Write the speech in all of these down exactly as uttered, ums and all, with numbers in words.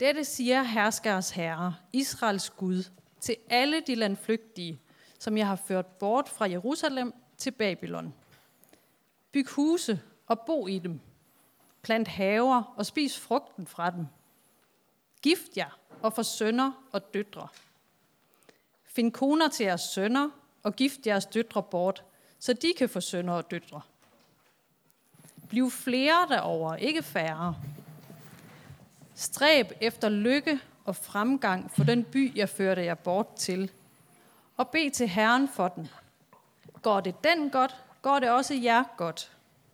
Dette siger herskers herre, Israels Gud, til alle de landflygtige, som jeg har ført bort fra Jerusalem til Babylon. Byg huse og bo i dem. Plant haver og spis frugten fra dem. Gift jer og få sønner og døtre. Find koner til jeres sønner og gift jeres døtre bort, så de kan få sønner og døtre. Bliv flere derover, ikke færre. Stræb efter lykke og fremgang for den by, jeg førte jer bort til, og bed til Herren for den. Går det den godt, går det også jer godt.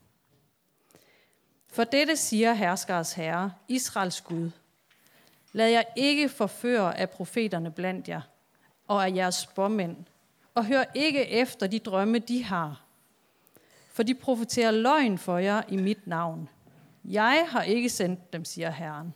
For dette siger herskers herre, Israels Gud. Lad jer ikke forføre af profeterne blandt jer, og af jeres spåmænd, og hør ikke efter de drømme, de har. For de profeterer løgn for jer i mit navn. Jeg har ikke sendt dem, siger Herren.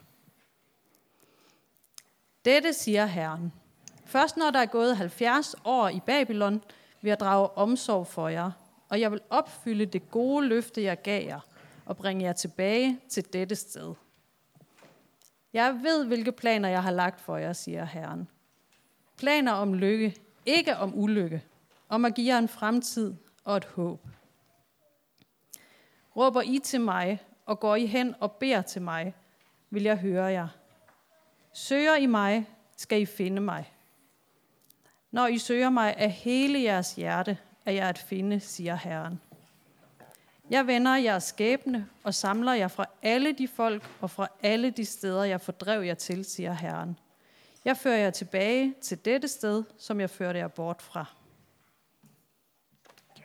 Dette siger Herren. Først når der er gået halvfjerds år i Babylon, vil jeg drage omsorg for jer, og jeg vil opfylde det gode løfte, jeg gav jer, og bringe jer tilbage til dette sted. Jeg ved, hvilke planer jeg har lagt for jer, siger Herren. Planer om lykke, ikke om ulykke, om at give jer en fremtid og et håb. Råber I til mig, og går I hen og beder til mig, vil jeg høre jer. Søger I mig, skal I finde mig. Når I søger mig af hele jeres hjerte, er jeg at finde, siger Herren. Jeg vender jeres skæbne og samler jer fra alle de folk og fra alle de steder, jeg fordrev jer til, siger Herren. Jeg fører jer tilbage til dette sted, som jeg førte jer bort fra. Ja.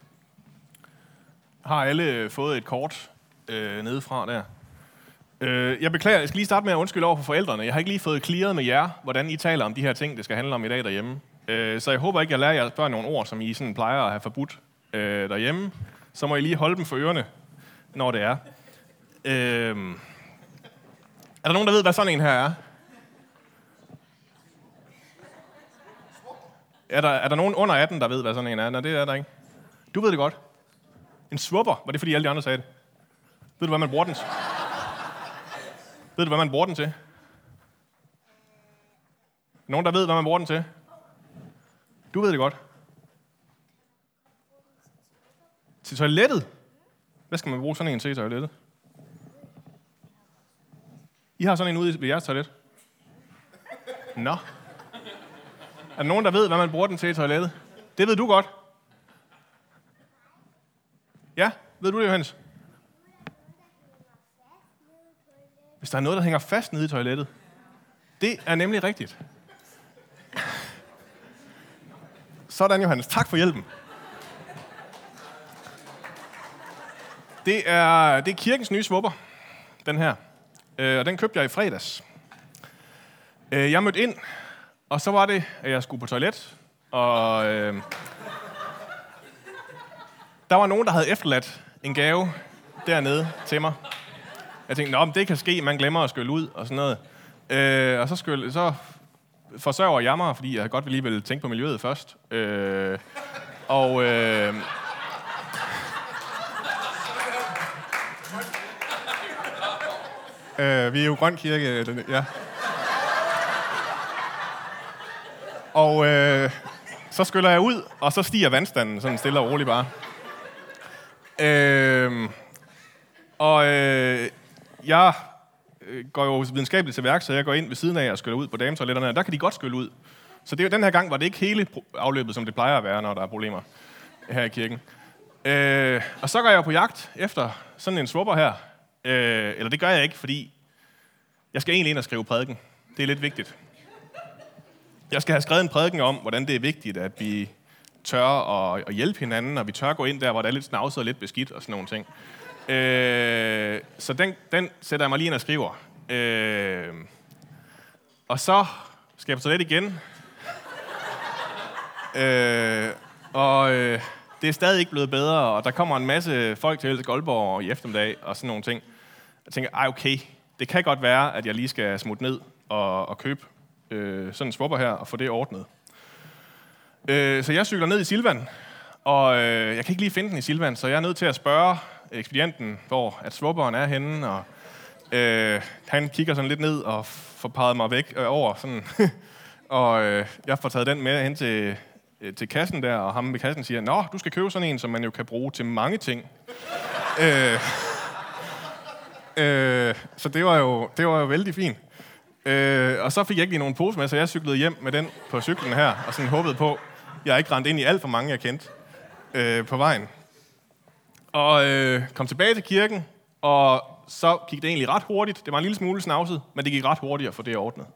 Har alle fået et kort øh, nedefra der? Øh, jeg beklager, jeg skal lige starte med at undskylde over for forældrene. Jeg har ikke lige fået clearet med jer, hvordan I taler om de her ting, det skal handle om i dag derhjemme. Øh, så jeg håber ikke, jeg lærer jeres børn nogle ord, som I sådan plejer at have forbudt øh, derhjemme. Så må I lige holde dem for ørerne, når det er. Øh, er der nogen, der ved, hvad sådan en her er? Er der, er der nogen under atten, der ved, hvad sådan en er? Nej, det er der ikke. Du ved det godt. En swupper. Var det, fordi alle de andre sagde det? Ved du, hvad man bruger den til? Ved du, hvad man bruger den til? Nogen, der ved, hvad man bruger den til? Du ved det godt. Til toilettet? Hvad skal man bruge sådan en til i toilettet? I har sådan en ude ved jeres toilet? Nå. Er der nogen, der ved, hvad man bruger den til i toilettet? Det ved du godt. Ja, ved du det, Johannes? Hvis der er noget, der hænger fast nede i toilettet. Det er nemlig rigtigt. Sådan, Johannes. Tak for hjælpen. Det er, det er kirkens nye swupper, den her. Øh, og den købte jeg i fredags. Øh, jeg mødte ind, og så var det, at jeg skulle på toilet. Og øh, der var nogen, der havde efterladt en gave dernede til mig. Jeg tænkte, nå, men det kan ske, man glemmer at skylle ud og sådan noget. Øh, og så, skylle, så forsørger jeg mig, fordi jeg godt vil lige vil tænke på miljøet først. Øh, og... Øh, øh, vi er jo Grøn Kirke, den, ja. Og øh, så skyller jeg ud, og så stiger vandstanden sådan stille og roligt bare. Øh, og øh, jeg går jo videnskabeligt til værk, så jeg går ind ved siden af og skyller ud på dametoiletterne, og der kan de godt skylle ud. Så det, den her gang var det ikke hele afløbet, som det plejer at være, når der er problemer her i kirken. Øh, og så går jeg på jagt efter sådan en swupper her. Øh, eller det gør jeg ikke, fordi jeg skal egentlig ind og skrive prædiken. Det er lidt vigtigt. Jeg skal have skrevet en prædiken om, hvordan det er vigtigt, at vi tør at, at hjælpe hinanden, og vi tør gå ind der, hvor der er lidt snavset og lidt beskidt og sådan nogle ting. Øh, så den, den sætter jeg mig lige ind og skriver. Øh, og så skal jeg på toilet igen. øh, og øh, det er stadig ikke blevet bedre, og der kommer en masse folk til Aalborg i eftermiddag og sådan nogle ting. Jeg tænker, ej okay, det kan godt være, at jeg lige skal smutte ned og, og købe øh, sådan en swupper her og få det ordnet. Øh, så jeg cykler ned i Silvan, og øh, jeg kan ikke lige finde den i Silvan, så jeg er nødt til at spørge ekspedienten, hvor at swapperen er henne, og Øh, han kigger sådan lidt ned og får peget mig væk øh, over. Sådan. og øh, jeg får taget den med hen til, øh, til kassen der, og ham ved kassen siger, nå, du skal købe sådan en, som man jo kan bruge til mange ting. øh, øh, så det var, jo, det var jo vældig fint. Øh, og så fik jeg ikke lige nogen pose med, så jeg cyklede hjem med den på cyklen her, og sådan håbede på, jeg ikke rendt ind i alt for mange, jeg kendte øh, på vejen. Og øh, kom tilbage til kirken, og så gik det egentlig ret hurtigt. Det var en lille smule snavset, men det gik ret hurtigt at få det ordnet.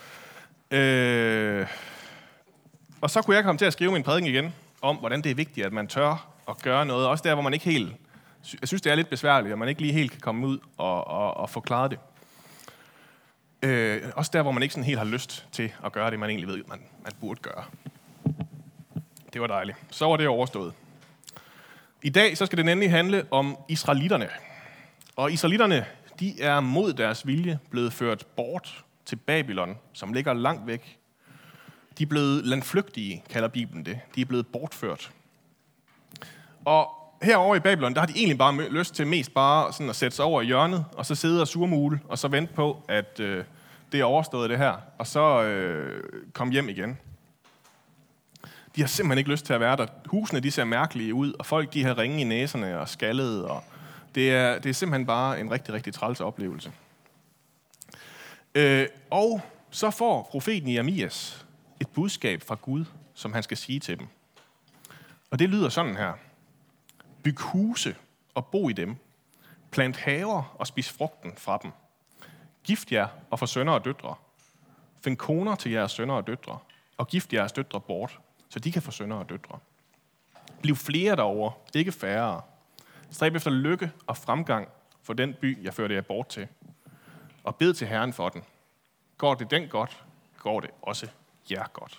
Øh, og så kunne jeg komme til at skrive min prædiken igen, om hvordan det er vigtigt, at man tør at gøre noget. Også der, hvor man ikke helt... Jeg synes, det er lidt besværligt, at man ikke lige helt kan komme ud og, og, og forklare det. Øh, også der, hvor man ikke sådan helt har lyst til at gøre det, man egentlig ved, man, man burde gøre. Det var dejligt. Så var det overstået. I dag så skal det nemlig handle om israelitterne. Og israelitterne, de er mod deres vilje blevet ført bort til Babylon, som ligger langt væk. De er blevet landflygtige, kalder Bibelen det. De er blevet bortført. Og herovre i Babylon, der har de egentlig bare lyst til mest bare sådan at sætte sig over i hjørnet, og så sidde og surmule, og så vente på, at øh, det er overstået det her, og så øh, komme hjem igen. De har simpelthen ikke lyst til at være der. Husene, de ser mærkelige ud, og folk, de har ringe i næserne og skaldede, og det er, det er simpelthen bare en rigtig, rigtig træls oplevelse. Øh, og så får profeten Jeremias et budskab fra Gud, som han skal sige til dem. Og det lyder sådan her. Byg huse og bo i dem. Plant haver og spis frugten fra dem. Gift jer og få sønner og døtre. Find koner til jeres sønner og døtre, og gift jeres døtre bort, så de kan få sønner og døtre. Bliv flere derovre, ikke færre. Stræb efter lykke og fremgang for den by, jeg førte jer bort til. Og bed til Herren for den. Går det den godt, går det også jer godt.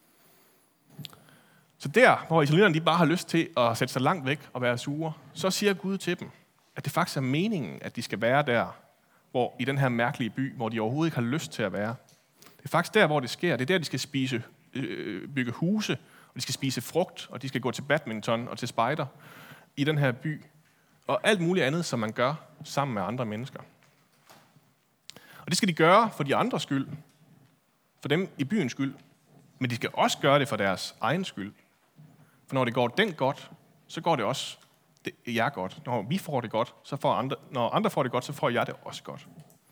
Så der, hvor israelitterne de bare har lyst til at sætte sig langt væk og være sure, så siger Gud til dem, at det faktisk er meningen, at de skal være der, hvor i den her mærkelige by, hvor de overhovedet ikke har lyst til at være. Det er faktisk der, hvor det sker. Det er der, de skal spise, øh, bygge huse, og de skal spise frugt, og de skal gå til badminton og til spejder i den her by, og alt muligt andet, som man gør sammen med andre mennesker. Og det skal de gøre for de andres skyld, for dem i byens skyld, men de skal også gøre det for deres egen skyld. For når det går den godt, så går det også det, jer godt. Når vi får det godt, så får andre, når andre får det godt, så får jeg det også godt.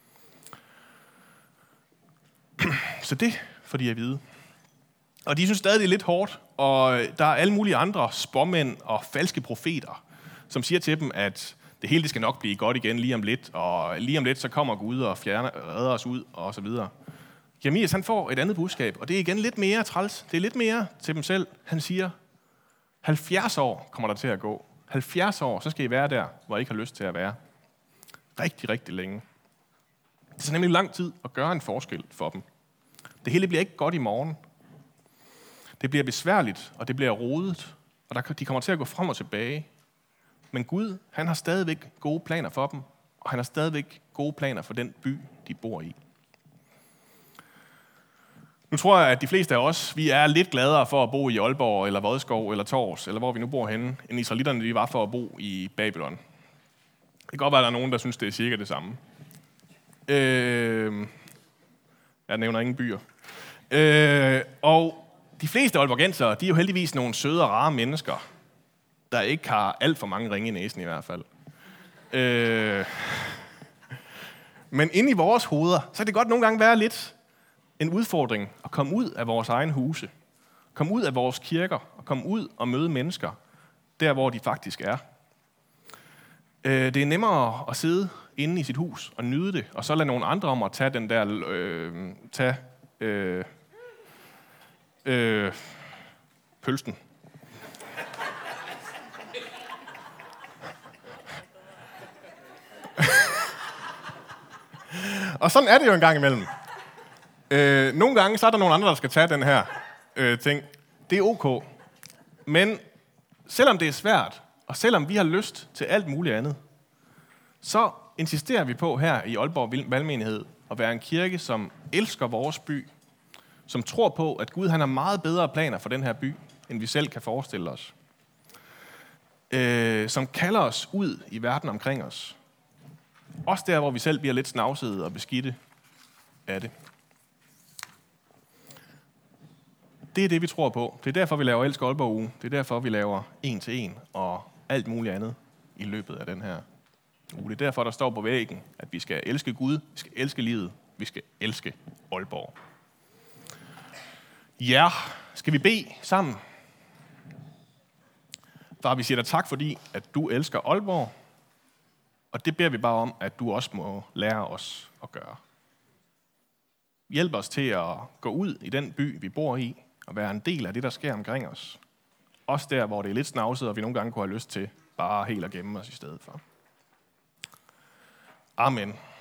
Så det får de at vide. Og de synes stadig, det er lidt hårdt, og der er alle mulige andre spåmænd og falske profeter, som siger til dem, at det hele det skal nok blive godt igen lige om lidt, og lige om lidt så kommer Gud og fjerner, redder os ud, og så videre. Jeremias, han får et andet budskab, og det er igen lidt mere træls. Det er lidt mere til dem selv. Han siger, halvfjerds år kommer der til at gå. halvfjerds år, så skal I være der, hvor I ikke har lyst til at være. Rigtig, rigtig længe. Det er så nemlig lang tid at gøre en forskel for dem. Det hele bliver ikke godt i morgen. Det bliver besværligt, og det bliver rodet, og der, de kommer til at gå frem og tilbage. Men Gud, han har stadigvæk gode planer for dem, og han har stadigvæk gode planer for den by, de bor i. Nu tror jeg, at de fleste af os, vi er lidt gladere for at bo i Aalborg, eller Vodskov, eller Tors, eller hvor vi nu bor henne, end israelitterne de var for at bo i Babylon. Det kan godt være, at der er nogen, der synes, det er cirka det samme. Øh, jeg nævner ingen byer. Øh, og de fleste aalborgensere, de er jo heldigvis nogle søde og rare mennesker, der ikke har alt for mange ringe i næsen i hvert fald. Øh, men inde i vores hoveder, så kan det godt nogle gange være lidt en udfordring at komme ud af vores egen huse, komme ud af vores kirker og komme ud og møde mennesker der, hvor de faktisk er. Øh, det er nemmere at sidde inde i sit hus og nyde det, og så lade nogle andre om at tage den der øh, tage øh, øh, pølsen. Og sådan er det jo en gang imellem. Øh, nogle gange så er der nogle andre, der skal tage den her øh, ting. Det er ok. Men selvom det er svært, og selvom vi har lyst til alt muligt andet, så insisterer vi på her i Aalborg Valgmenighed at være en kirke, som elsker vores by, som tror på, at Gud han har meget bedre planer for den her by, end vi selv kan forestille os. Øh, som kalder os ud i verden omkring os. Også der, hvor vi selv bliver lidt snavsede og beskidte af det. Det er det, vi tror på. Det er derfor, vi laver Elsk Aalborg uge. Det er derfor, vi laver en til en og alt muligt andet i løbet af den her uge. Det er derfor, der står på væggen, at vi skal elske Gud, vi skal elske livet, vi skal elske Aalborg. Ja, skal vi bede sammen? Far, vi siger dig tak, fordi at du elsker Aalborg, og det beder vi bare om, at du også må lære os at gøre. Hjælp os til at gå ud i den by, vi bor i, og være en del af det, der sker omkring os. Også der, hvor det er lidt snavset, og vi nogle gange kunne have lyst til bare helt at gemme os i stedet for. Amen.